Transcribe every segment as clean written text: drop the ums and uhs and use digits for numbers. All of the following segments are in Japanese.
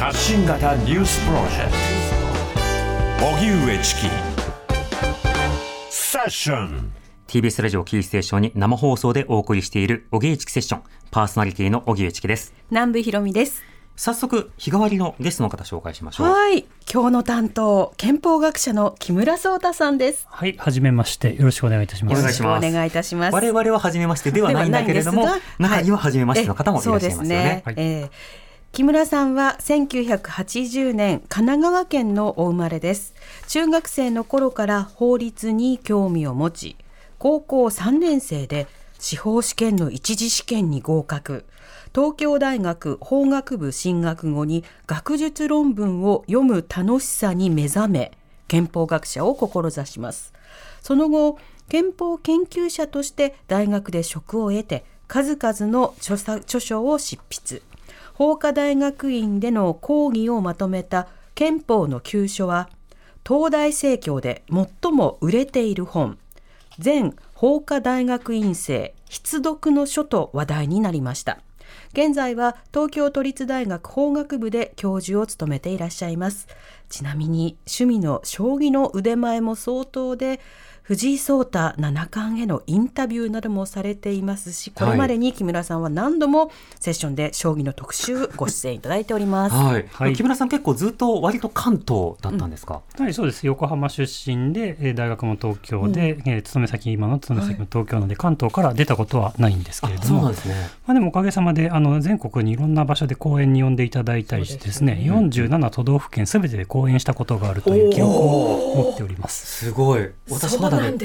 発信型ニュースプロジェクト荻上チキセッション TBS ラジオキーステーションに生放送でお送りしている荻上チキセッション、パーソナリティの荻上チキです。 南部ひろみです。 早速日替わりのゲストの方紹介しましょう。 はい、今日の担当憲法学者の木村壮太さんです。 はい、はじめまして、よろしくお願いいたします。 お願いします。 お願いいたします。 我々ははじめましてではないんだけれども、中にははじめましての方もいらっしゃいますよね。 そうですね。木村さんは1980年神奈川県のお生まれです。中学生の頃から法律に興味を持ち、高校3年生で司法試験の一次試験に合格。東京大学法学部進学後に学術論文を読む楽しさに目覚め、憲法学者を志します。その後、憲法研究者として大学で職を得て、数々の著書を執筆。法科大学院での講義をまとめた憲法の旧書は、東大生協で最も売れている本、全法科大学院生必読の書と話題になりました。現在は東京都立大学法学部で教授を務めていらっしゃいます。ちなみに趣味の将棋の腕前も相当で、藤井聡太七冠へのインタビューなどもされていますし、これまでに木村さんは何度もセッションで将棋の特集ご出演いただいております。 はいはい、木村さん結構ずっと割と関東だったんですか？ はい、そうです。横浜出身で大学も東京で、勤め先今の勤め先も東京なので、関東から出たことはないんですけれども、 そうなんですね。 でもおかげさまで全国にいろんな場所で講演に呼んでいただいたりしてですね、47都道府県すべてで講演したことがあるという記録を持っております。 すごい。私まだね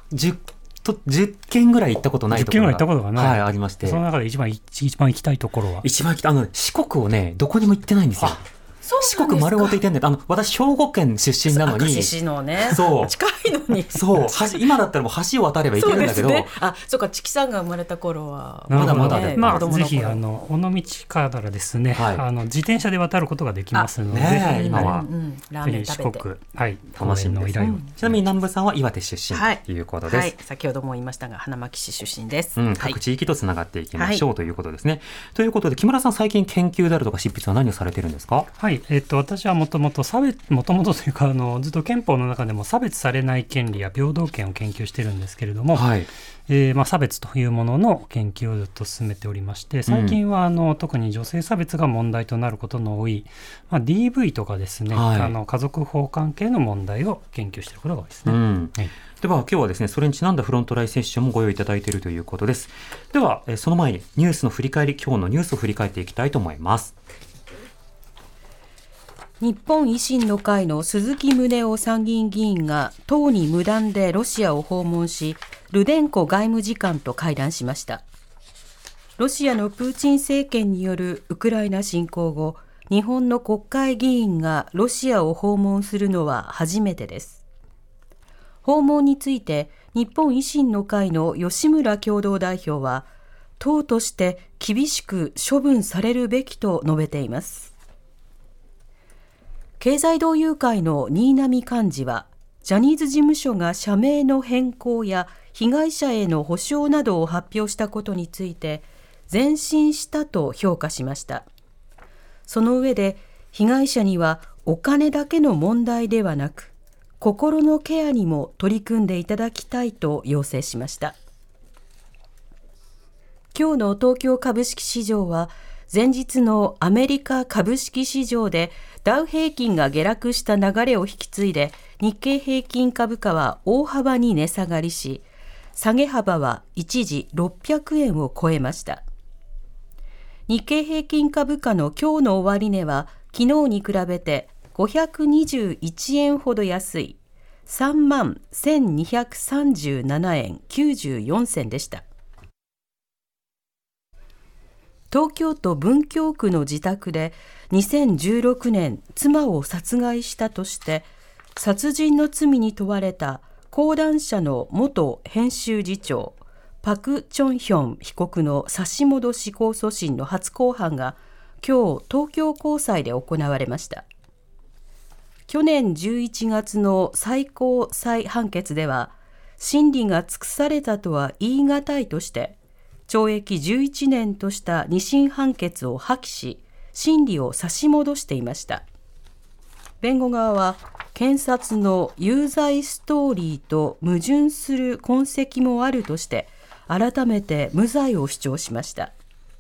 10件ぐらい行ったことないところが、 10件ぐらい行ったことがない、 はい、ありまして、 その中で一番行きたいところは四国をね、どこにも行ってないんですよ。四国丸ごと行ってんで、私兵庫県出身なのに、 明石市のね、 そう近いのに、 そう今だったらもう橋を渡れば行けるんだけど、 そうか、チキさんが生まれた頃はまだまだで、 ぜひ尾道からですね、自転車で渡ることができますので、 今はラーメン食べて、 四国、楽しみの依頼を。 ちなみに南部さんは岩手出身ということです。 先ほども言いましたが花巻市出身です。 各地域とつながっていきましょうということですね。ということで木村さん、最近研究であるとか執筆は何をされてるんですか？ はい、私はもともとというかずっと憲法の中でも差別されない権利や平等権を研究してるんですけれども、差別というものの研究をずっと進めておりまして、最近は特に女性差別が問題となることの多い、DV とかですね、家族法関係の問題を研究していることが多いですね。 では今日はですね、それにちなんだフロントラインセッションもご用意いただいているということです。ではその前にニュースの振り返り、今日のニュースを振り返っていきたいと思います。 日本維新の会の鈴木宗男参議院議員が党に無断でロシアを訪問し、ルデンコ外務次官と会談しました。ロシアのプーチン政権によるウクライナ侵攻後、日本の国会議員がロシアを訪問するのは初めてです。訪問について日本維新の会の吉村共同代表は、党として厳しく処分されるべきと述べています。経済同友会の新浪幹事は、ジャニーズ事務所が社名の変更や被害者への補償などを発表したことについて前進したと評価しました。その上で、被害者にはお金だけの問題ではなく、心のケアにも取り組んでいただきたいと要請しました。今日の東京株式市場は、前日のアメリカ株式市場でダウ平均が下落した流れを引き継いで、日経平均株価は大幅に値下がりし、下げ幅は一時600円を超えました。日経平均株価の今日の終値は、昨日に比べて521円ほど安い 31,237 円94銭でした。東京都文京区の自宅で2016年妻を殺害したとして殺人の罪に問われた講談社の元編集次長パク・チョンヒョン被告の差し戻し控訴審の初公判が今日東京高裁で行われました。去年11月の最高裁判決では、審理が尽くされたとは言い難いとして懲役11年とした二審判決を破棄し、 審理を差し戻していました。弁護側は検察の有罪ストーリーと矛盾する痕跡もあるとして改めて無罪を主張しました。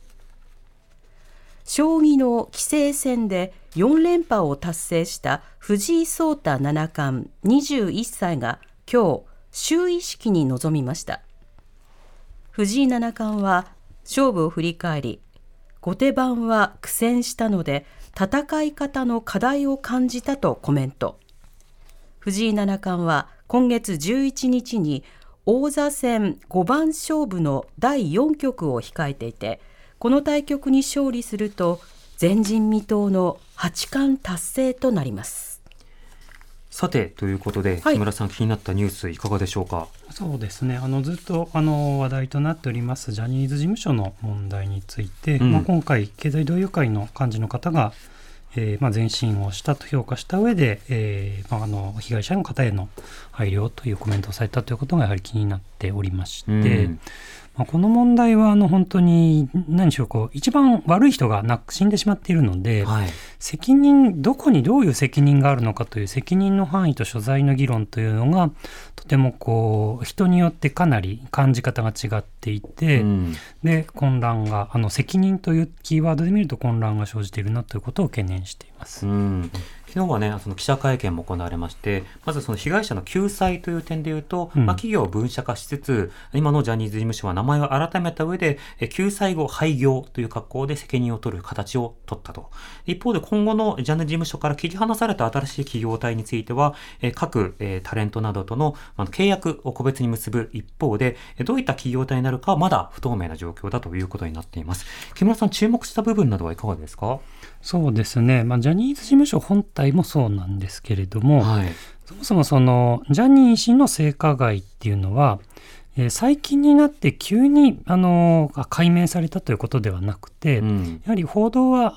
将棋の棋聖戦で4連覇を達成した藤井聡太七冠21歳が今日就位式に臨みました。藤井七冠は勝負を振り返り、後手番は苦戦したので戦い方の課題を感じたとコメント。藤井七冠は今月11日に王座戦5番勝負の第4局を控えていて、この対局に勝利すると前人未到の八冠達成となります。 さてということで、木村さん気になったニュースいかがでしょうか。 そうですね、ずっと話題となっておりますジャニーズ事務所の問題について、今回経済同友会の幹事の方が前進をしたと評価した上で、被害者の方への配慮というコメントをされたということがやはり気になっておりまして、この問題は本当に何でしょう、一番悪い人が死んでしまっているので、責任、どこにどういう責任があるのかという責任の範囲と所在の議論というのがとても人によってかなり感じ方が違っていて、で混乱が責任というキーワードで見ると混乱が生じているなということを懸念しています。 昨日はね、その記者会見も行われまして、まずその被害者の救済という点でいうと、企業を分社化しつつ、今のジャニーズ事務所は名前を改めた上で、救済後廃業という格好で責任を取る形を取ったと。一方で今後のジャニーズ事務所から切り離された新しい企業体については、各タレントなどとの契約を個別に結ぶ一方で、どういった企業体になるかはまだ不透明な状況だということになっています。木村さん、注目した部分などはいかがですか？ そうですね、ジャニーズ事務所本体もそうなんですけれども、そもそもジャニー氏の性加害っていうのは、最近になって急に解明されたということではなくて、やはり報道は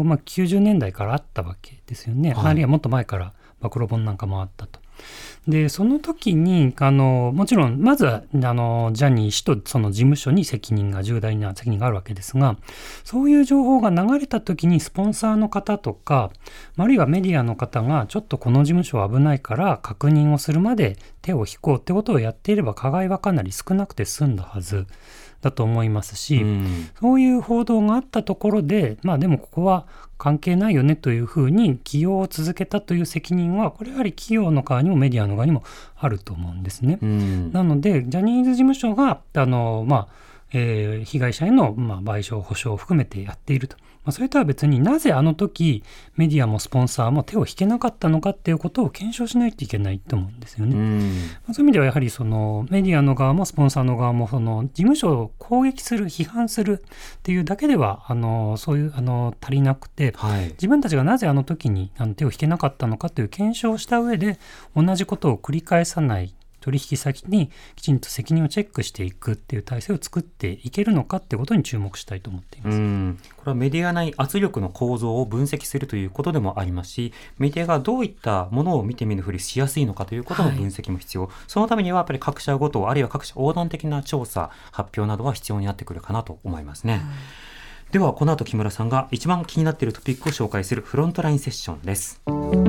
90年代からあったわけですよね、あるいはもっと前から暴露本なんかもあったと。でその時にもちろんまずはジャニー氏とその事務所に重大な責任があるわけですが、そういう情報が流れた時にスポンサーの方とか、あるいはメディアの方がちょっとこの事務所は危ないから確認をするまで手を引こうってことをやっていれば加害はかなり少なくて済んだはずだと思いますし、そういう報道があったところで、でもここは関係ないよねというふうに起用を続けたという責任は、これやはり企業の側にもメディアの側にもあると思うんですね。なのでジャニーズ事務所が被害者への賠償補償を含めてやっていると。それとは別になぜあの時メディアもスポンサーも手を引けなかったのかっていうことを検証しないといけないと思うんですよね。そういう意味ではやはりそのメディアの側もスポンサーの側もその事務所を攻撃する批判するっていうだけではそういう足りなくて、自分たちがなぜあの時に手を引けなかったのかという検証をした上で同じことを繰り返さない取引先にきちんと責任をチェックしていくっていう体制を作っていけるのかっていうことに注目したいと思っています。 これはメディア内圧力の構造を分析するということでもありますし、メディアがどういったものを見て見ぬふりしやすいのかということの分析も必要、そのためにはやっぱり各社ごとあるいは各社横断的な調査発表などは必要になってくるかなと思いますね。ではこの後木村さんが一番気になっているトピックを紹介するフロントラインセッションです。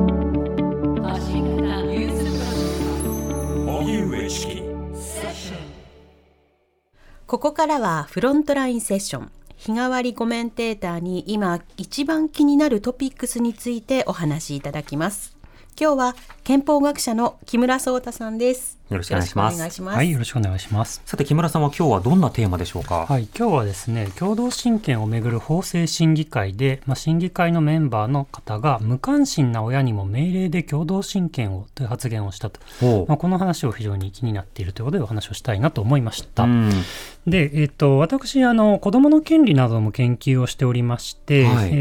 ここからはフロントラインセッション、日替わりコメンテーターに今一番気になるトピックスについてお話しいただきます。今日は憲法学者の木村壮太さんです。 よろしくお願いします。 はい、よろしくお願いします。 さて木村さんは今日はどんなテーマでしょうか？ はい、今日はですね、共同親権をめぐる法制審議会で、審議会のメンバーの方が無関心な親にも命令で共同親権をという発言をしたと、この話を非常に気になっているということでお話をしたいなと思いました。で、私子どもの権利なども研究をしておりまして、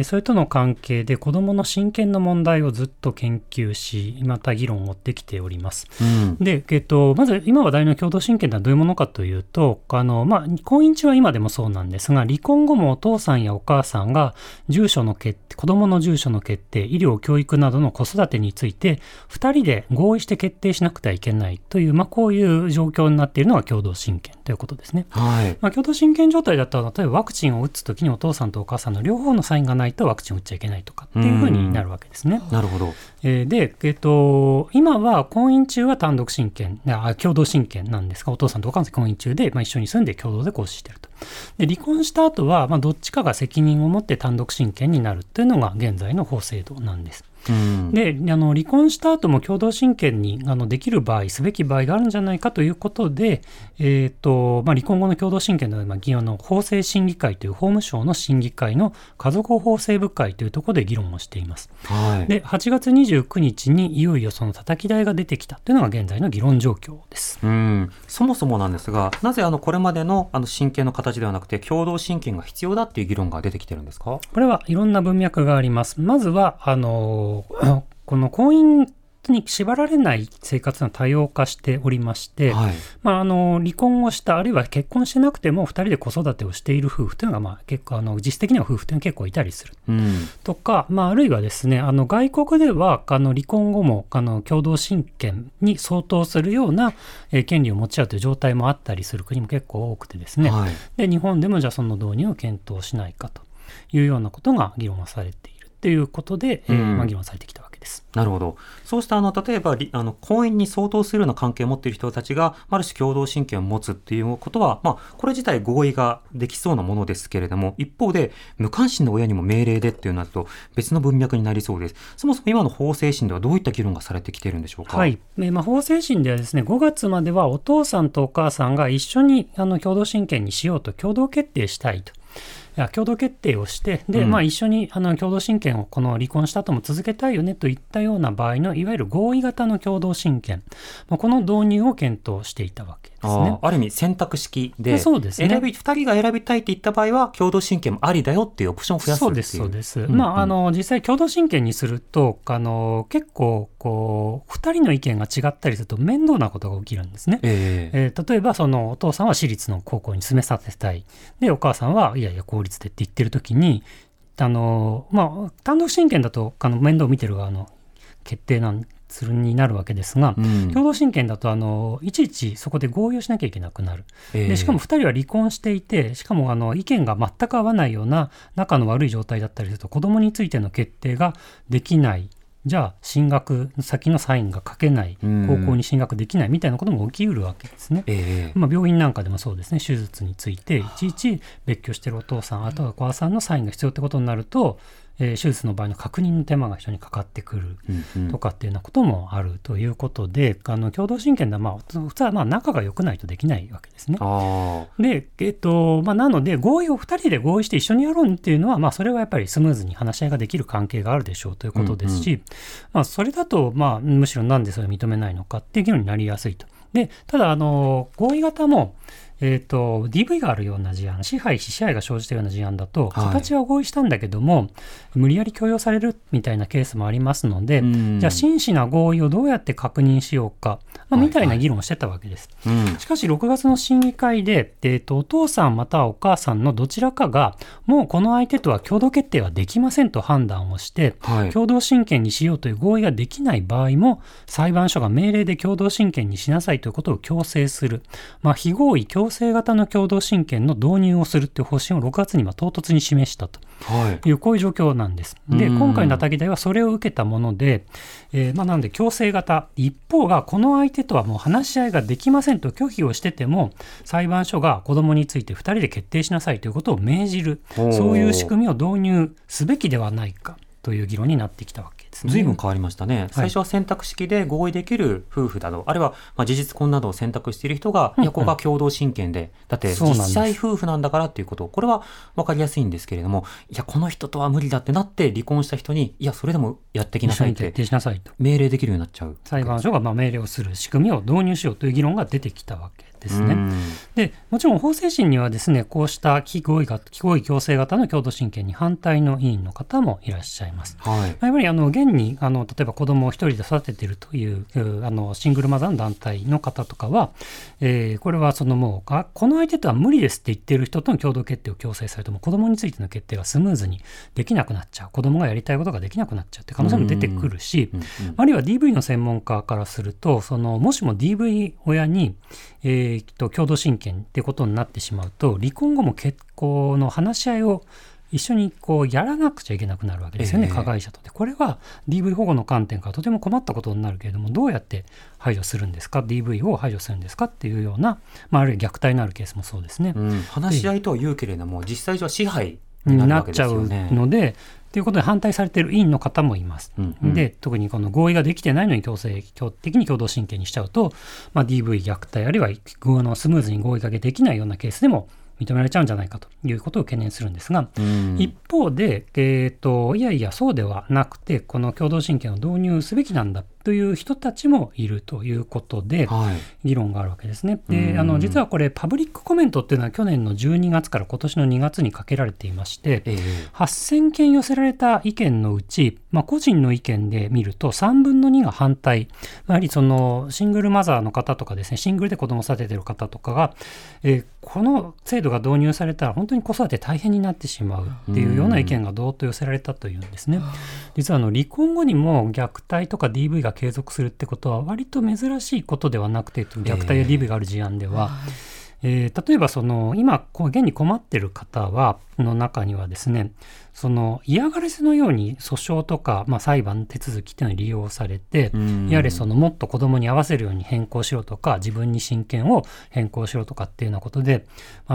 それとの関係で子どもの親権の問題をずっと研究し、また議論を持ってきております。で、 まず今話題の共同親権とはどういうものかというと、婚姻中は今でもそうなんですが、離婚後もお父さんやお母さんが住所の決定、子供の住所の決定、医療教育などの子育てについて2人で合意して決定しなくてはいけないという、こういう状況になっているのが共同親権ということですね。共同親権状態だったら、例えばワクチンを打つときにお父さんとお母さんの両方のサインがないとワクチンを打っちゃいけないとかっていうふうになるわけですね。 なるほど。 で、今は婚姻中は単独親権、共同親権なんですが、お父さんとお母さん婚姻中で、一緒に住んで共同で行使していると。で、離婚した後は、どっちかが責任を持って単独親権になるというのが現在の法制度なんです。で、離婚した後も共同親権にできる場合、すべき場合があるんじゃないかということで、離婚後の共同親権の法制審議会という法務省の審議会の家族法制部会というところで議論をしています。で、8月29日にいよいよその叩き台が出てきたというのが現在の議論状況です。 そもそもなんですが、なぜこれまでの親権の形ではなくて共同親権が必要だっていう議論が出てきてるんですか？ これはいろんな文脈があります。まずはこの婚姻に縛られない生活が多様化しておりまして、離婚をしたあるいは結婚してなくても2人で子育てをしている夫婦というのが結構実質的には夫婦というのは結構いたりする、とか、あるいはですね外国では離婚後も共同親権に相当するような権利を持ち合うという状態もあったりする国も結構多くてですね、で日本でもじゃあその導入を検討しないかというようなことが議論がされているということで、議論されてきたわけです。 なるほど。そうした例えば婚姻に相当するような関係を持っている人たちがある種共同親権を持つっていうことは、これ自体合意ができそうなものですけれども、一方で無関心の親にも命令でっていうのだと別の文脈になりそうです。そもそも今の法制審ではどういった議論がされてきているんでしょうか？ 法制審ではですね、5月まではお父さんとお母さんが一緒に共同親権にしようと共同決定したいと。共同決定をして、で、一緒に共同親権をこの離婚した後も続けたいよねといったような場合のいわゆる合意型の共同親権、この導入を検討していたわけですね。 ある意味選択式で、 そうですね、 2人が選びたいって言った場合は共同親権もありだよっていうオプションを増やすっていう。 そうです。実際共同親権にすると結構2人の意見が違ったりすると面倒なことが起きるんですね。例えばお父さんは私立の高校に進めさせたい、でお母さんはいやいや公立でって言ってるときに単独親権だと面倒を見てる側の決定になるわけですが、共同親権だといちいちそこで合意をしなきゃいけなくなる。でしかも2人は離婚していて、しかも意見が全く合わないような仲の悪い状態だったりすると子供についての決定ができない、じゃあ進学先のサインが書けない、高校に進学できないみたいなことも起きうるわけですね。病院なんかでもそうですね、手術についていちいち別居しているお父さん、あとはお母さんのサインが必要ってことになると、手術の場合の確認の手間が非常にかかってくるとかっていうようなこともあるということで、共同親権では普通は仲が良くないとできないわけですね。で、なので合意を2人で合意して一緒にやろうっていうのは、それはやっぱりスムーズに話し合いができる関係があるでしょうということですし、それだとむしろなんでそれを認めないのかっていう議論になりやすいと。でただ合意型もDV があるような事案、支配が生じたような事案だと、形は合意したんだけども、無理やり強要されるみたいなケースもありますので、じゃあ真摯な合意をどうやって確認しようか、みたいな議論をしてたわけです。しかし6月の審議会で、お父さんまたはお母さんのどちらかがもうこの相手とは共同決定はできませんと判断をして、共同親権にしようという合意ができない場合も裁判所が命令で共同親権にしなさいということを強制する、非合意強制型の共同親権の導入をするという方針を6月に唐突に示したという、こういう状況なんです。で今回の叩き台はそれを受けたもので、なので強制型、一方がこの相手とはもう話し合いができませんと拒否をしてても、裁判所が子どもについて2人で決定しなさいということを命じる、そういう仕組みを導入すべきではないかという議論になってきたわけです。 随分変わりましたね。最初は選択式で合意できる夫婦など、あるいは事実婚などを選択している人が、いやここが共同親権で、だって実際夫婦なんだからっていうこと、これは分かりやすいんですけれども、いやこの人とは無理だってなって離婚した人に、いやそれでもやってきなさいって決定しなさいと命令できるようになっちゃう。 裁判所が命令をする仕組みを導入しようという議論が出てきたわけですね。でもちろん法制審にはですね、こうした非合意強制型の共同親権に反対の委員の方もいらっしゃいます。やっぱり現に例えば子供を一人で育てているというシングルマザーの団体の方とかは、これはもうこの相手とは無理ですって言っている人との共同決定を強制されても子供についての決定がスムーズにできなくなっちゃう、子供がやりたいことができなくなっちゃうって可能性も出てくるし、あるいは DV の専門家からするともしも DV 親に、共同親権ってことになってしまうと、離婚後も結婚の話し合いを一緒にやらなくちゃいけなくなるわけですよね、加害者と。でこれは DV 保護の観点からとても困ったことになるけれども、どうやって排除するんですか、 DV を排除するんですかっていうような、あるいは虐待のあるケースもそうですね、 話し合いとは言うけれども実際上は支配になっちゃうのでということで反対されている委員の方もいます。で特にこの合意ができてないのに強制的に共同親権にしちゃうと、DV 虐待あるいはスムーズに合意ができないようなケースでも認められちゃうんじゃないかということを懸念するんですが、一方で、いやいやそうではなくて、この共同親権を導入すべきなんだという人たちもいるということで、議論があるわけですね。で実はこれパブリックコメントっていうのは去年の12月から今年の2月にかけられていまして、8000件寄せられた意見のうち、個人の意見で見ると3分の2が反対。やはりシングルマザーの方とかですね、シングルで子供を育てている方とかが、この制度が導入されたら本当に子育て大変になってしまうっていうような意見がどーっと寄せられたというんですね。実は離婚後にも虐待とか DV が継続するってことは割と珍しいことではなくて、虐待や DV がある事案では、例えば今現に困っている方の中にはですね、嫌がらせのように訴訟とか、裁判手続きっていうのに利用されて、やはりもっと子供に合わせるように変更しろとか、自分に親権を変更しろとかっていうようなことで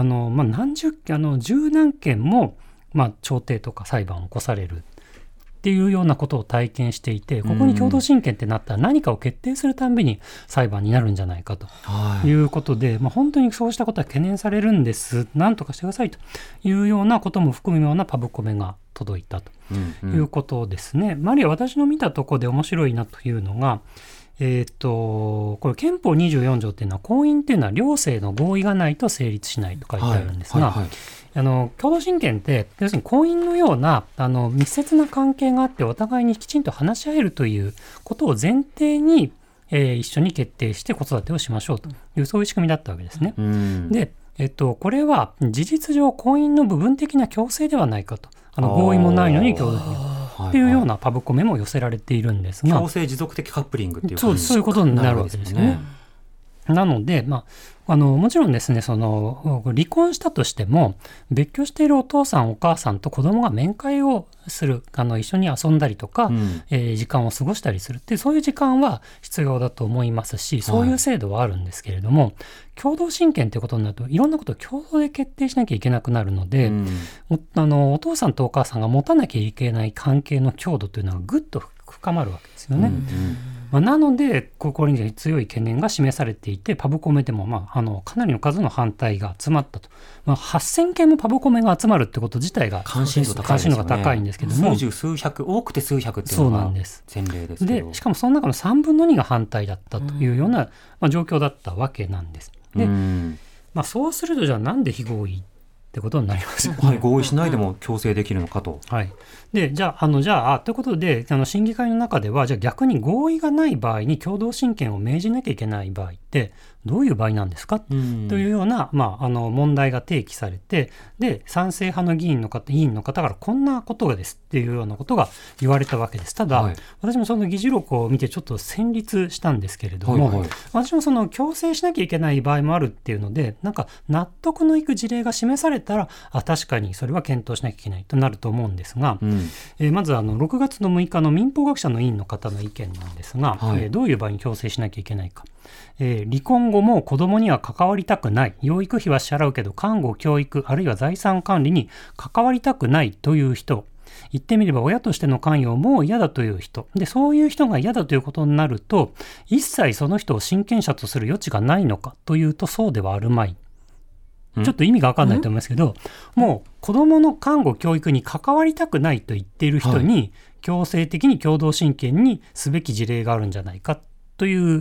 十何件も、調停とか裁判を起こされるっていうようなことを体験していて、ここに共同親権ってなったら何かを決定するたんびに裁判になるんじゃないかということで、本当にそうしたことは懸念されるんです、なんとかしてくださいというようなことも含むようなパブコメが届いたということですね。あるいは私の見たところで面白いなというのが、これ憲法24条っていうのは、婚姻っていうのは両性の合意がないと成立しないと書いてあるんですが、共同親権って要するに婚姻のような密接な関係があって、お互いにきちんと話し合えるということを前提に、一緒に決定して子育てをしましょうという、そういう仕組みだったわけですね。で、これは事実上婚姻の部分的な強制ではないかと、合意もないのに共同親権っていうようなパブコメも寄せられているんですが、 強制持続的カップリングっていうそういうことになるわけですよね。なので、もちろんですね、離婚したとしても別居しているお父さんお母さんと子供が面会をする、一緒に遊んだりとか、時間を過ごしたりするっていう、そういう時間は必要だと思いますし、そういう制度はあるんですけれども、共同親権ということになるといろんなことを共同で決定しなきゃいけなくなるので、お父さんとお母さんが持たなきゃいけない関係の強度というのはぐっと深まるわけですよね。なのでこれに強い懸念が示されていて、パブコメでも、かなりの数の反対が集まったと。8000件もパブコメが集まるってこと自体が関心度高いですよね。 関心度が高いんですけども、 数十数百、多くて数百っていうのが前例ですけど、 でしかもその中の3分の2が反対だったというような、状況だったわけなんです。で、そうするとじゃあなんで非合意ってことになりますよね。 合意しないでも強制できるのかと。 でじゃあということで、審議会の中では、じゃあ逆に合意がない場合に共同親権を命じなきゃいけない場合ってどういう場合なんですか、というような、問題が提起されて、で賛成派の委員の方からこんなことがですっていうようなことが言われたわけです。ただ、私もその議事録を見てちょっと戦慄したんですけれども、私も強制しなきゃいけない場合もあるっていうので、なんか納得のいく事例が示されたら、確かにそれは検討しなきゃいけないとなると思うんですが、まず6月の6日の民法学者の委員の方の意見なんですが、どういう場合に強制しなきゃいけないか。離婚後も子どもには関わりたくない、養育費は支払うけど看護教育あるいは財産管理に関わりたくないという人、言ってみれば親としての関与も嫌だという人で、そういう人が嫌だということになると、一切その人を親権者とする余地がないのかというと、そうではあるまい。ちょっと意味が分かんないと思いますけど、もう子どもの看護教育に関わりたくないと言っている人に、強制的に共同親権にすべき事例があるんじゃないかという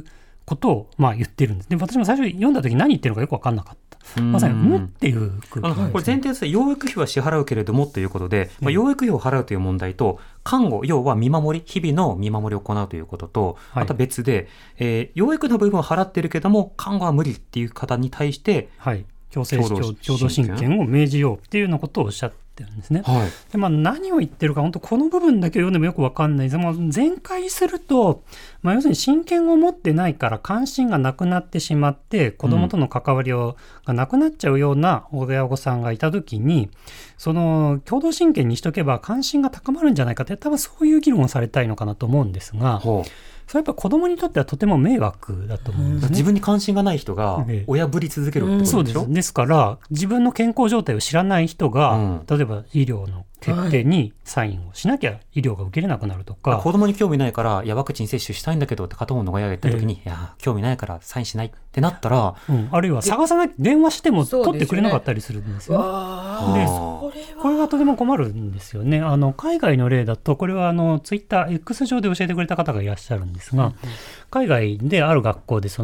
ことを言ってるんです。で、私も最初読んだ時何言ってるのかよく分かんなかった。まさに無っていう空気、 これ前提として養育費は支払うけれどもということで、養育費を払うという問題と看護、要は見守り、日々の見守りを行うということと、また別で、養育の部分を払ってるけども看護は無理っていう方に対して、 共同親権を命じようっていうようなことをおっしゃってるんですね。で、何を言ってるか本当この部分だけ読んでもよく分かんないです。全開すると、要するに親権を持ってないから関心がなくなってしまって子どもとの関わりがなくなっちゃうような親御さんがいたときに、その共同親権にしとけば関心が高まるんじゃないかって、多分そういう議論をされたいのかなと思うんですが、それはやっぱ子供にとってはとても迷惑だと思うんですね。 自分に関心がない人が親ぶり続けるってことでしょ。 そうです。ですから自分の健康状態を知らない人が、例えば医療の決定にサインをしなきゃ医療が受けれなくなるとか、 子供に興味ないからワクチン接種したいんだけどって片方の親が言った時に、いや興味ないからサインしないってなったら、 あるいは探さなきゃ電話しても取ってくれなかったりするんですよ。で、これがとても困るんですよね。海外の例だと、これはツイッター X 上で教えてくれた方がいらっしゃるんですが、海外である学校で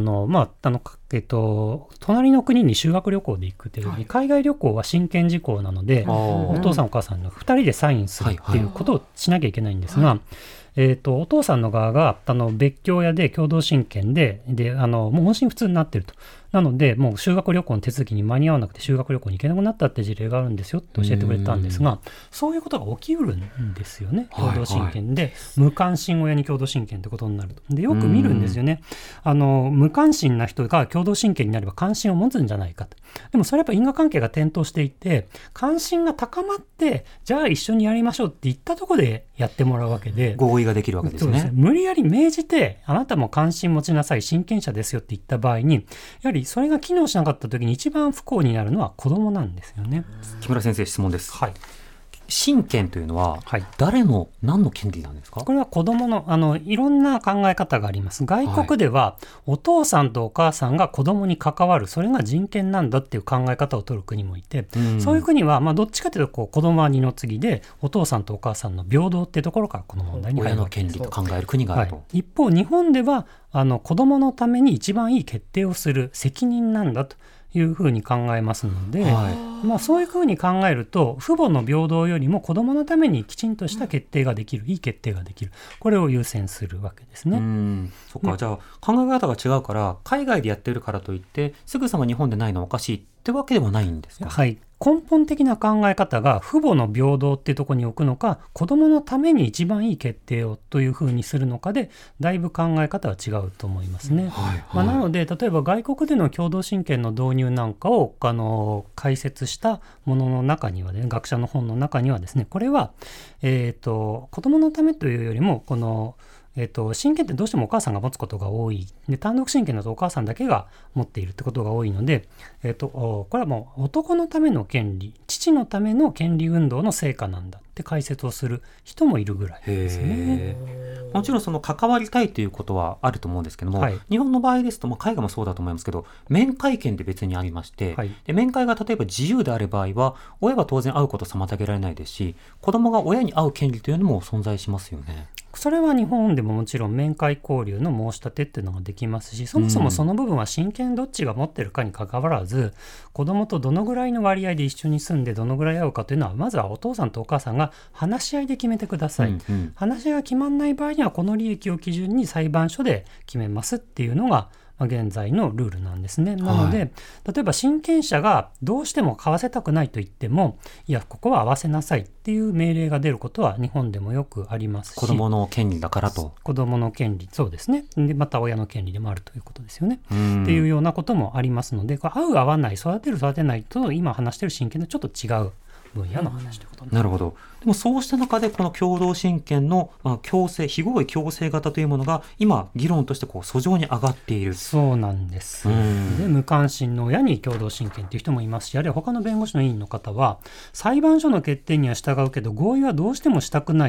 隣の国に修学旅行で行くという、海外旅行は親権事項なので、お父さんお母さんの2人でサインするっていうことをしなきゃいけないんですが、お父さんの側が別居親で共同親権でもう音信不通になっていると。なのでもう修学旅行の手続きに間に合わなくて修学旅行に行けなくなったって事例があるんですよって教えてくれたんですが、そういうことが起きうるんですよね。共同親権で無関心親に共同親権ってことになると。で、よく見るんですよね。無関心な人が共同親権になれば関心を持つんじゃないかと。でもそれはやっぱ因果関係が点灯していて、関心が高まってじゃあ一緒にやりましょうって言ったところでやってもらうわけで、 合意ができるわけですね。 そうですね。無理やり命じてあなたも関心持ちなさい、親権者ですよって言った場合に、やはりそれが機能しなかった時に一番不幸になるのは子供なんですよね。 木村先生、質問です。親権というのは誰の何の権利なんですか？ これは子供のいろんな考え方があります。外国では、お父さんとお母さんが子供に関わる、それが人権なんだっていう考え方を取る国もいて、そういう国はどっちかというと子供は二の次で、お父さんとお母さんの平等っていうところからこの問題に入る親の権利と考える国があると。 一方日本では子供のために一番いい決定をする責任なんだというふうに考えますので、そういうふうに考えると父母の平等よりも子どものためにきちんとした決定ができる、いい決定ができる、これを優先するわけですね。 そっか、じゃあ考え方が違うから海外でやってるからといってすぐさま日本でないのはおかしいってわけではないんですか？ 根本的な考え方が父母の平等っていうところに置くのか、子どものために一番いい決定をというふうにするのかで、だいぶ考え方は違うと思いますね。なので例えば外国での共同親権の導入なんかを解説したものの中には、学者の本の中にはですね、これは、子どものためというよりも親権ってどうしてもお母さんが持つことが多いで、単独親権だとお母さんだけが持っているってことが多いので、これはもう男のための権利、父のための権利運動の成果なんだって解説をする人もいるぐらいですね。 もちろんその関わりたいということはあると思うんですけども、日本の場合ですと、海外もそうだと思いますけど、面会権って別にありまして、で面会が例えば自由である場合は親は当然会うことを妨げられないですし、子供が親に会う権利というのも存在しますよね。 それは日本でももちろん面会交流の申し立てっていうのができますし、そもそもその部分は親権どっちが持ってるかにかかわらず、子供とどのぐらいの割合で一緒に住んでどのぐらい会うかというのは、まずはお父さんとお母さんが話し合いで決めてください。話し合いが決まらない場合にはこの利益を基準に裁判所で決めますっていうのが現在のルールなんですね。なので、例えば親権者がどうしても交わせたくないと言っても、いやここは会わせなさいっていう命令が出ることは日本でもよくありますし、 子どもの権利だからと。 子どもの権利、そうですね。でまた親の権利でもあるということですよね。っていうようなこともありますので、会う合わない、育てる育てないと今話している親権とちょっと違う分野の話ということになるほど。 でもそうした中でこの共同親権の強制、非合意強制型というものが今議論として訴状に上がっている。 そうなんです。で無関心の親に共同親権という人もいますし、あるいは他の弁護士の委員の方は裁判所の決定には従うけど合意はどうしてもしたくない、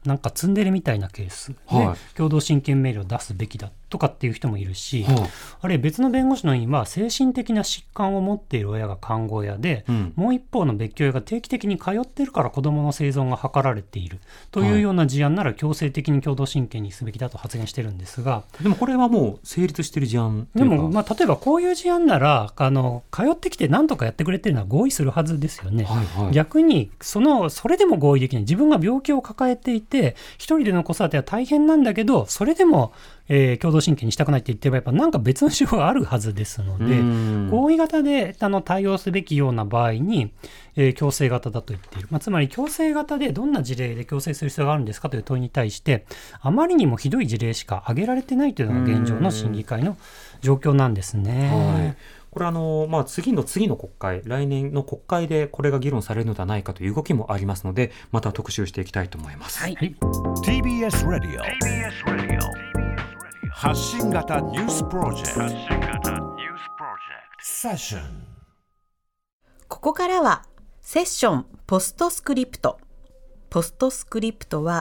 なんかツンデレみたいなケースで、共同親権命令を出すべきだとかっていう人もいるし、あるいは別の弁護士の委員は精神的な疾患を持っている親が看護親で、もう一方の別居親が定期的に通っているから子どもの生存が図られているというような事案なら強制的に共同親権にすべきだと発言してるんですが、 でもこれはもう成立している事案というか、 でも例えばこういう事案なら通ってきて何とかやってくれてるのは合意するはずですよね。逆にそれでも合意できない、自分が病気を抱えていて一人での子育ては大変なんだけどそれでも共同親権にしたくないって言ってればやっぱなんか別の手法があるはずですので、合意型で対応すべきような場合に、強制型だと言っている、つまり強制型でどんな事例で強制する必要があるんですかという問いに対してあまりにもひどい事例しか挙げられてないというのが現状の審議会の状況なんですね。 これ次の国会、来年の国会でこれが議論されるのではないかという動きもありますので、また特集していきたいと思います。 TBS ラジオ発信型ニュースプロジェクトセッション。 ここからはセッションポストスクリプト。ポストスクリプトは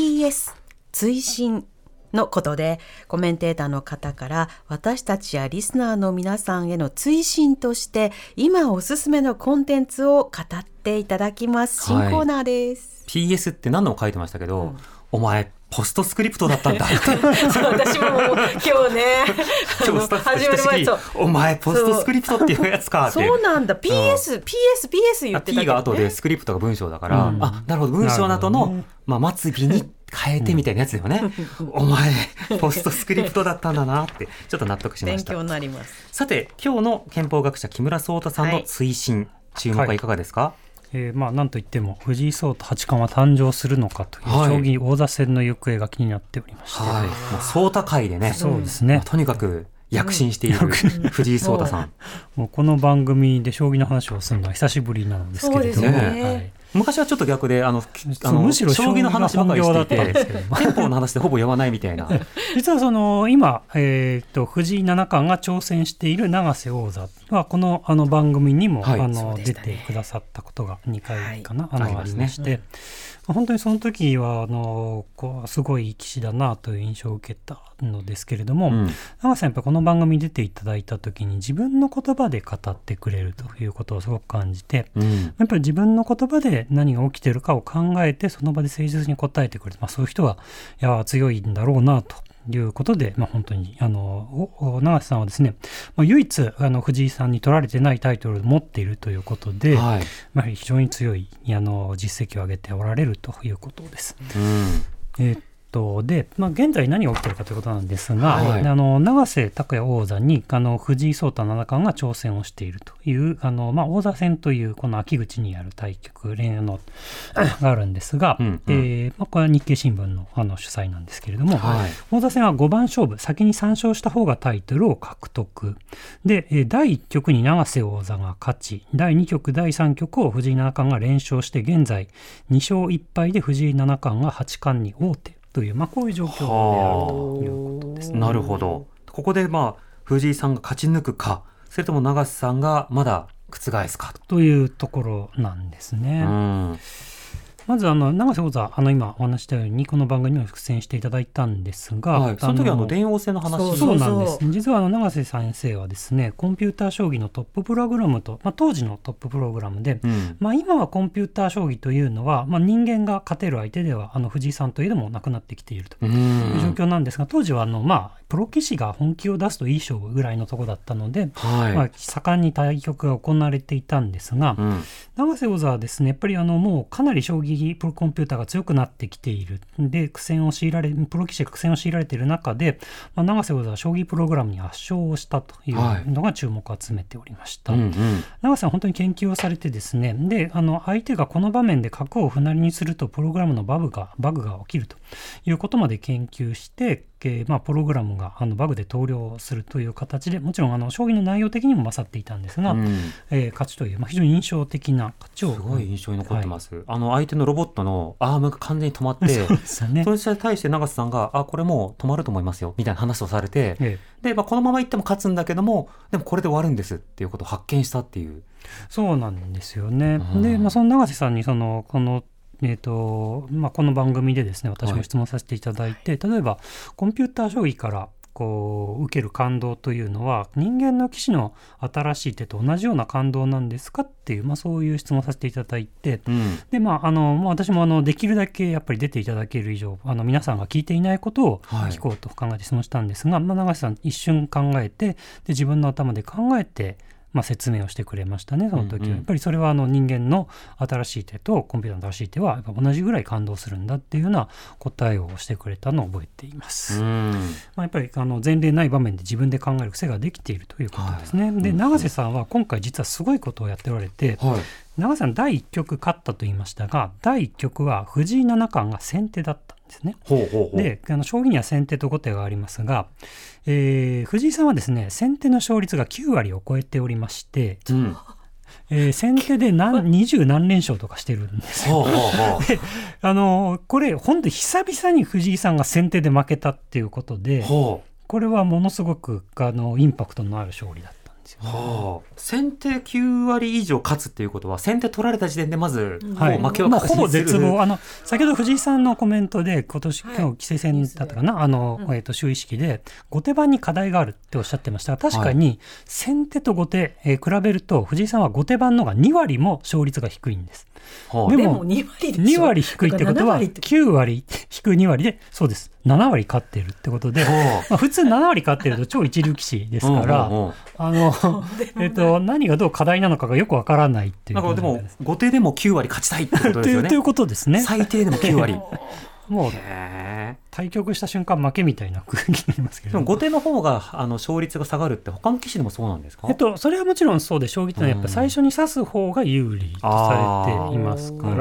PS 追伸のことで、コメンテーターの方から私たちやリスナーの皆さんへの追伸として今おすすめのコンテンツを語っていただきます新コーナーです。 PS って何度も書いてましたけど、お前ポストスクリプトだったんだってそう私も今日ね今日スタッフとした時にお前ポストスクリプトっていうやつかって。 そうなんだ PS 言ってたけど、ね、 P が後でスクリプトが文章だから、なるほど文章の後の、末尾に変えてみたいなやつだよね、お前ポストスクリプトだったんだなってちょっと納得しました。 勉強になります。 さて今日の憲法学者木村草太さんの追伸、注目はいかがですか？ なんといっても藤井聡太八冠は誕生するのかという将棋王座戦の行方が気になっておりまして、 草太界でね、 そうですね、 とにかく躍進している藤井聡太さんもうこの番組で将棋の話をするのは久しぶりなのですけれども、 昔はちょっと逆でむしろ将棋の話ばかりしていて憲法の話でほぼ言わないみたいな実は今、藤井七冠が挑戦している永瀬王座はこの番組にも、出てくださったことが2回かな、ありまして、本当にその時はすごい棋士だなという印象を受けたのですけれども、永瀬さんやっぱりこの番組に出ていただいた時に自分の言葉で語ってくれるということをすごく感じて、やっぱり自分の言葉で何が起きているかを考えてその場で誠実に答えてくれる、そういう人はいや強いんだろうなということで、本当に永瀬さんはですね、唯一藤井さんに取られてないタイトルを持っているということで、非常に強い実績を上げておられるということです。で現在何が起きているかということなんですが、永瀬拓矢王座に藤井聡太七冠が挑戦をしているという王座戦というこの秋口にある対局があるんですが、これは日経新聞の主催なんですけれども、王座戦は5番勝負、先に3勝した方がタイトルを獲得で、第1局に永瀬王座が勝ち、第2局第3局を藤井七冠が連勝して現在2勝1敗で藤井七冠が八冠に王手という、こういう状況であるということですね。 なるほど。ここで藤井さんが勝ち抜くか、それとも永瀬さんがまだ覆すかというところなんですね。まず永瀬王座今お話したようにこの番組にも出演していただいたんですが、 その時電王戦の話。 そうなんです。実は永瀬先生はですね、コンピューター将棋のトッププログラムと、当時のトッププログラムで、今はコンピューター将棋というのは、人間が勝てる相手では藤井さんといえどもなくなってきているという状況なんですが、当時はプロ棋士が本気を出すといい勝負ぐらいのところだったので、盛んに対局が行われていたんですが、永瀬王座はですね、やっぱりもうかなり将棋プロコンピューターが強くなってきているで、プロ棋士が苦戦を強いられている中で、永瀬王座は将棋プログラムに圧勝をしたというのが注目を集めておりました。永瀬さんは本当に研究をされてですね、で相手がこの場面で角を歩成りにするとプログラムのバグが起きるということまで研究して、プログラムがバグで投了するという形で、もちろん将棋の内容的にも勝っていたんですが、勝ちという、非常に印象的な勝ちをすごい印象に残ってます。相手のロボットのアームが完全に止まって、それに対して永瀬さんがこれもう止まると思いますよみたいな話をされて、でこのままいっても勝つんだけども、でもこれで終わるんですっていうことを発見したっていう。 そうなんですよね。で、その永瀬さんにこのこの番組でですね、私も質問させていただいて、例えばコンピューター将棋から受ける感動というのは人間の棋士の新しい手と同じような感動なんですかっていう、そういう質問させていただいて、で私もできるだけやっぱり出ていただける以上皆さんが聞いていないことを聞こうと考えて質問したんですが、永瀬さん一瞬考えて、で自分の頭で考えて説明をしてくれましたね。その時はやっぱりそれは人間の新しい手とコンピューターの新しい手はやっぱ同じぐらい感動するんだっていうような答えをしてくれたのを覚えています。やっぱり前例ない場面で自分で考える癖ができているということですね。で、永瀬さんは今回実はすごいことをやっておられて、永瀬さん第1局勝ったと言いましたが、第1局は藤井七冠が先手だったんですね。で、将棋には先手と後手がありますが、藤井さんはですね、先手の勝率が9割を超えておりまして、先手で20何連勝とかしてるんですよ。でこれ本当に久々に藤井さんが先手で負けたっていうことで、これはものすごくインパクトのある勝利だった。 先手9割以上勝つっていうことは、先手取られた時点でまず負けを確ほぼ信する。 絶望。先ほど藤井さんのコメントで今日棋聖戦だったかな、就位式で後手番に課題があるっておっしゃってましたが、確かに先手と後手、比べると藤井さんは後手番のが2割も勝率が低いんです。 でも2 割低いってことは9割引く2割で、そうです、7割勝ってるってことで、普通7割勝ってると超一流棋士ですから何がどう課題なのかがよくわからないっていう。 でも後手でも9割勝ちたいってことですよね。 ということですね。 最低でも9割もう対局した瞬間負けみたいな空気になりますけど、 でも後手の方が勝率が下がるって他の棋士でもそうなんですか？ それはもちろんそうで、将棋ってのはやっぱ最初に指す方が有利とされていますから、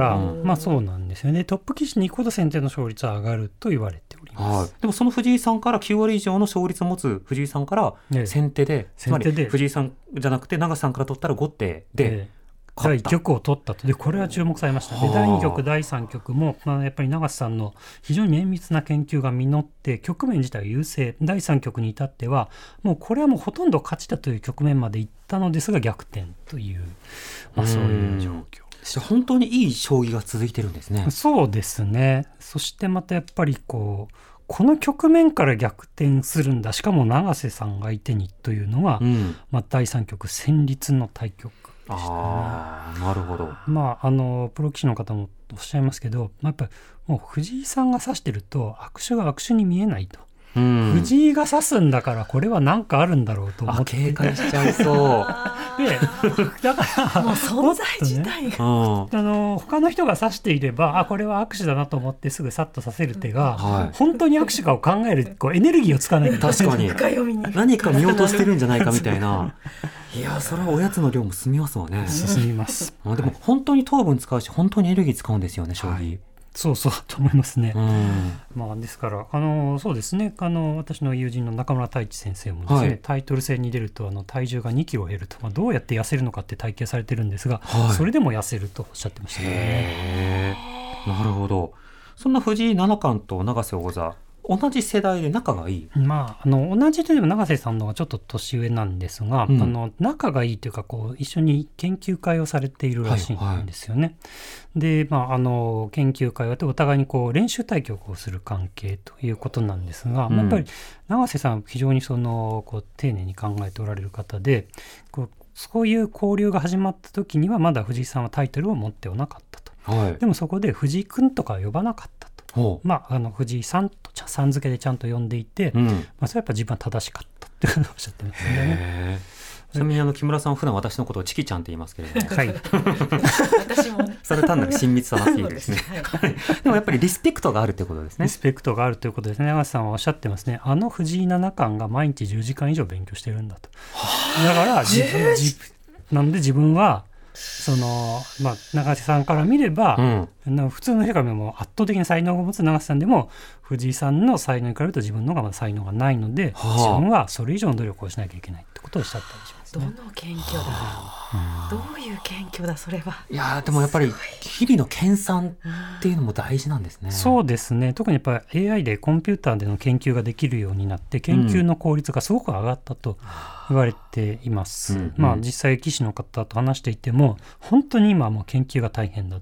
そうなんですよね。トップ棋士に行くほど先手の勝率は上がると言われております。 でもその藤井さんから9割以上の勝率を持つ藤井さんから先手で、つまり藤井さんじゃなくて永瀬さんから取ったら後手で第1局を取ったと。でこれは注目されました。で第2局第3局も、やっぱり永瀬さんの非常に綿密な研究が実って局面自体が優勢。第3局に至ってはこれはほとんど勝ちだという局面までいったのですが逆転という、そういう状況でした。 本当にいい将棋が続いてるんですね。 そうですね。そしてまたやっぱりこの局面から逆転するんだ、しかも永瀬さんが相手にというのが、第3局戦慄の対局でしたね。 なるほど。 プロ棋士の方もおっしゃいますけど、やっぱりもう藤井さんが指してると悪手が悪手に見えないと。藤井が指すんだからこれは何かあるんだろうと思って警戒しちゃいそうでだからもう存在自体が、 他の人が指していればこれは悪手だなと思ってすぐさっと指せる手が、本当に悪手かを考えるエネルギーを使わないと。 確かに何か見落としてるんじゃないかみたいな。いやそれはおやつの量も進みますわね。 進みます。 でも本当に糖分使うし本当にエネルギー使うんですよね、将棋。 そうと思いますね。ですからそうですね、私の友人の中村太一先生もですね、タイトル戦に出ると体重が2キロ減ると、どうやって痩せるのかって体験されてるんですが、それでも痩せるとおっしゃってましたね。 なるほど。そんな藤井七冠と永瀬王座同じ世代で仲がいい。 同じといえば永瀬さんの方がちょっと年上なんですが、仲がいいというか一緒に研究会をされているらしいんですよね。で、研究会はお互いに練習対局をする関係ということなんですが、やっぱり永瀬さんは非常に丁寧に考えておられる方で、そういう交流が始まった時にはまだ藤井さんはタイトルを持ってはなかったと。でもそこで藤井君とか呼ばなかったと。藤井さんとさん付けでちゃんと呼んでいて、それはやっぱ自分は正しかったっておっしゃってますね。 ちなみに木村さんは普段私のことをチキちゃんって言いますけれども、 私もそれ単なる親密さなアピールですね。でもやっぱりリスペクトがあるということですね。 リスペクトがあるということですね。永瀬さんはおっしゃってますね。藤井七冠が毎日10時間以上勉強してるんだと。だからなんで自分は永瀬さんから見れば、普通の人から見れば圧倒的な才能を持つ永瀬さんでも藤井さんの才能に比べると自分の方がまだ才能がないので、自分はそれ以上の努力をしなきゃいけないってことをおっしゃったりしますね。 どの謙虚だ、どういう謙虚だそれは。 いやでもやっぱり日々の研鑽っていうのも大事なんですね。 そうですね。特にやっぱり AI でコンピューターでの研究ができるようになって研究の効率がすごく上がったと言われています。実際棋士の方と話していても本当に今はもう研究が大変だと。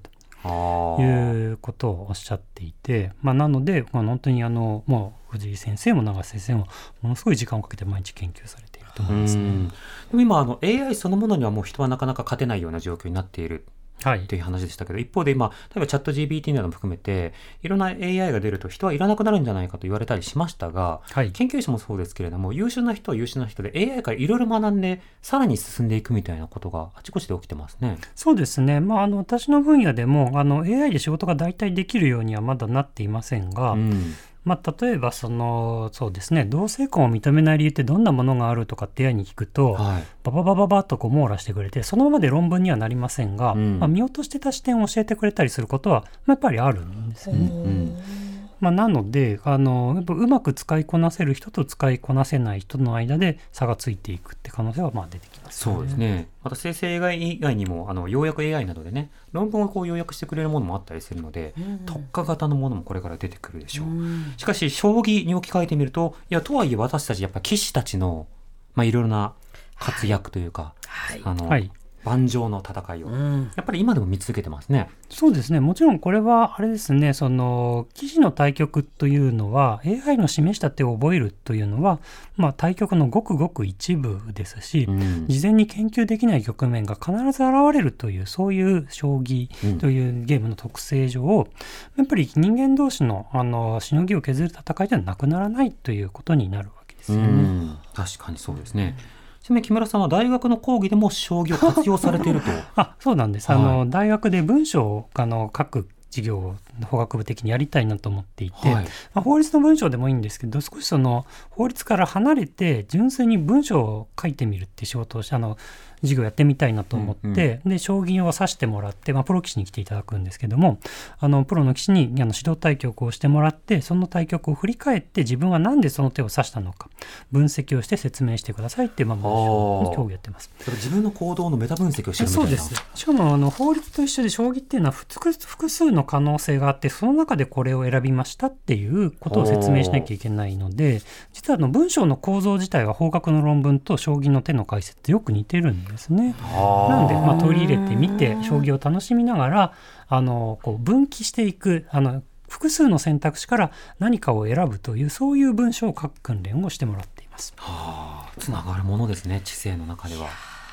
いうことをおっしゃっていて、なので、本当にもう藤井先生も永瀬先生もものすごい時間をかけて毎日研究されていると思いますね。 でも今AI そのものにはもう人はなかなか勝てないような状況になっているという話でしたけど、一方で今、例えばチャット GPT なども含めていろんな AI が出ると人はいらなくなるんじゃないかと言われたりしましたが、研究者もそうですけれども、優秀な人は優秀な人で AI からいろいろ学んでさらに進んでいくみたいなことがあちこちで起きてますね。 そうですね、私の分野でもAI で仕事が大体できるようにはまだなっていませんが、例えばそうですね、同性婚を認めない理由ってどんなものがあるとかって AI に聞くと、バババババッと網羅してくれて、そのままで論文にはなりませんが、見落としてた視点を教えてくれたりすることはやっぱりあるんですよね。なのでやっぱうまく使いこなせる人と使いこなせない人の間で差がついていくって可能性は出てきますね。 そうですね。また生成 AI 以外にも要約 AI などでね、論文を要約してくれるものもあったりするので、特化型のものもこれから出てくるでしょう。しかし将棋に置き換えてみると、とはいえ私たちやっぱ棋士たちのいろいろな活躍というか、盤上の戦いをやっぱり今でも見続けてますね。 そうですね、もちろんこれはあれですね、棋士の対局というのは AI の示した手を覚えるというのは、対局のごくごく一部ですし、事前に研究できない局面が必ず現れるという、そういう将棋というゲームの特性上、やっぱり人間同士のしのぎを削る戦いではなくならないということになるわけですよね。 確かにそうですね。ちなみに木村さんは大学の講義でも将棋を活用されているとそうなんです。大学で文章を書く授業を法学部的にやりたいなと思っていて、法律の文章でもいいんですけど、少し法律から離れて純粋に文章を書いてみるっていう仕事をして授業やってみたいなと思って、で将棋を指してもらって、プロ棋士に来ていただくんですけども、プロの棋士に指導対局をしてもらって、その対局を振り返って自分は何でその手を指したのか分析をして説明してくださいっていう文章の競技やってます。 自分の行動のメタ分析をしてるみたいな。 そうです。しかも法律と一緒で将棋っていうのは複数の可能性があって、その中でこれを選びましたっていうことを説明しなきゃいけないので、実は文章の構造自体は法学の論文と将棋の手の解説ってよく似てるんですね。なので、取り入れてみて将棋を楽しみながら分岐していく、複数の選択肢から何かを選ぶという、そういう文章を書く訓練をしてもらっています。 つながるものですね、知性の中では。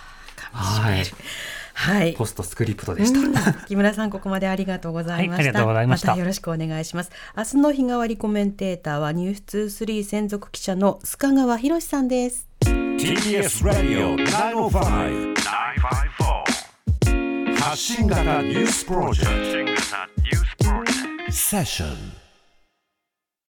ポストスクリプトでした。 木村さん、ここまでありがとうございました。 ありがとうございました。 またよろしくお願いします。明日の日替わりコメンテーターはニュース23専属記者の須賀川博さんです。 TBS Radio 905-954発信型ニュースプロジェクトセッション